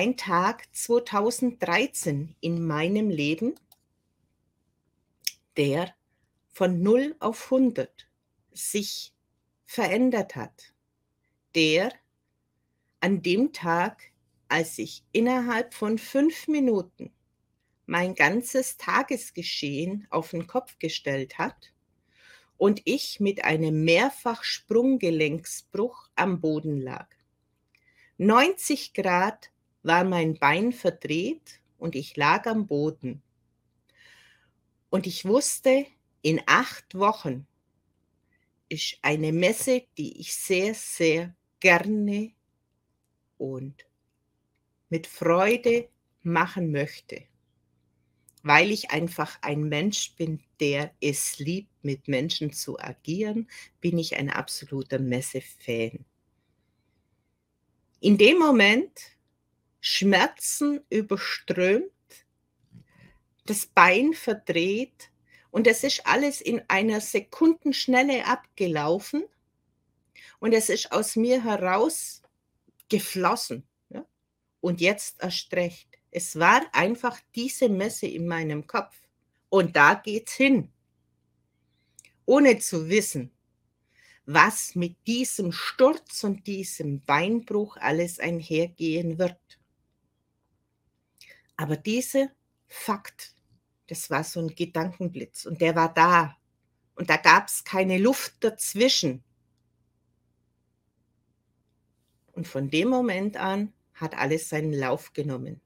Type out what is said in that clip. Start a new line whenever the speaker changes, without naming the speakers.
ein Tag 2013 in meinem Leben, der von 0 auf 100 sich verändert hat. Der an dem Tag, als ich innerhalb von 5 Minuten mein ganzes Tagesgeschehen auf den Kopf gestellt hat und ich mit einem Mehrfach-Sprunggelenksbruch am Boden lag. 90 Grad war mein Bein verdreht und ich lag am Boden. Und ich wusste, in 8 Wochen ist eine Messe, die ich sehr, sehr gerne und mit Freude machen möchte, weil ich einfach ein Mensch bin, der es liebt, mit Menschen zu agieren, bin ich ein absoluter Messe-Fan. In dem Moment Schmerzen überströmt, das Bein verdreht und es ist alles in einer Sekundenschnelle abgelaufen und es ist aus mir heraus geflossen, ja? Und jetzt erst recht. Es war einfach diese Messe in meinem Kopf und da geht's hin, ohne zu wissen, was mit diesem Sturz und diesem Beinbruch alles einhergehen wird. Aber dieser Fakt, das war so 'n Gedankenblitz und der war da und da gab's keine Luft dazwischen. Und von dem Moment an hat alles seinen Lauf genommen.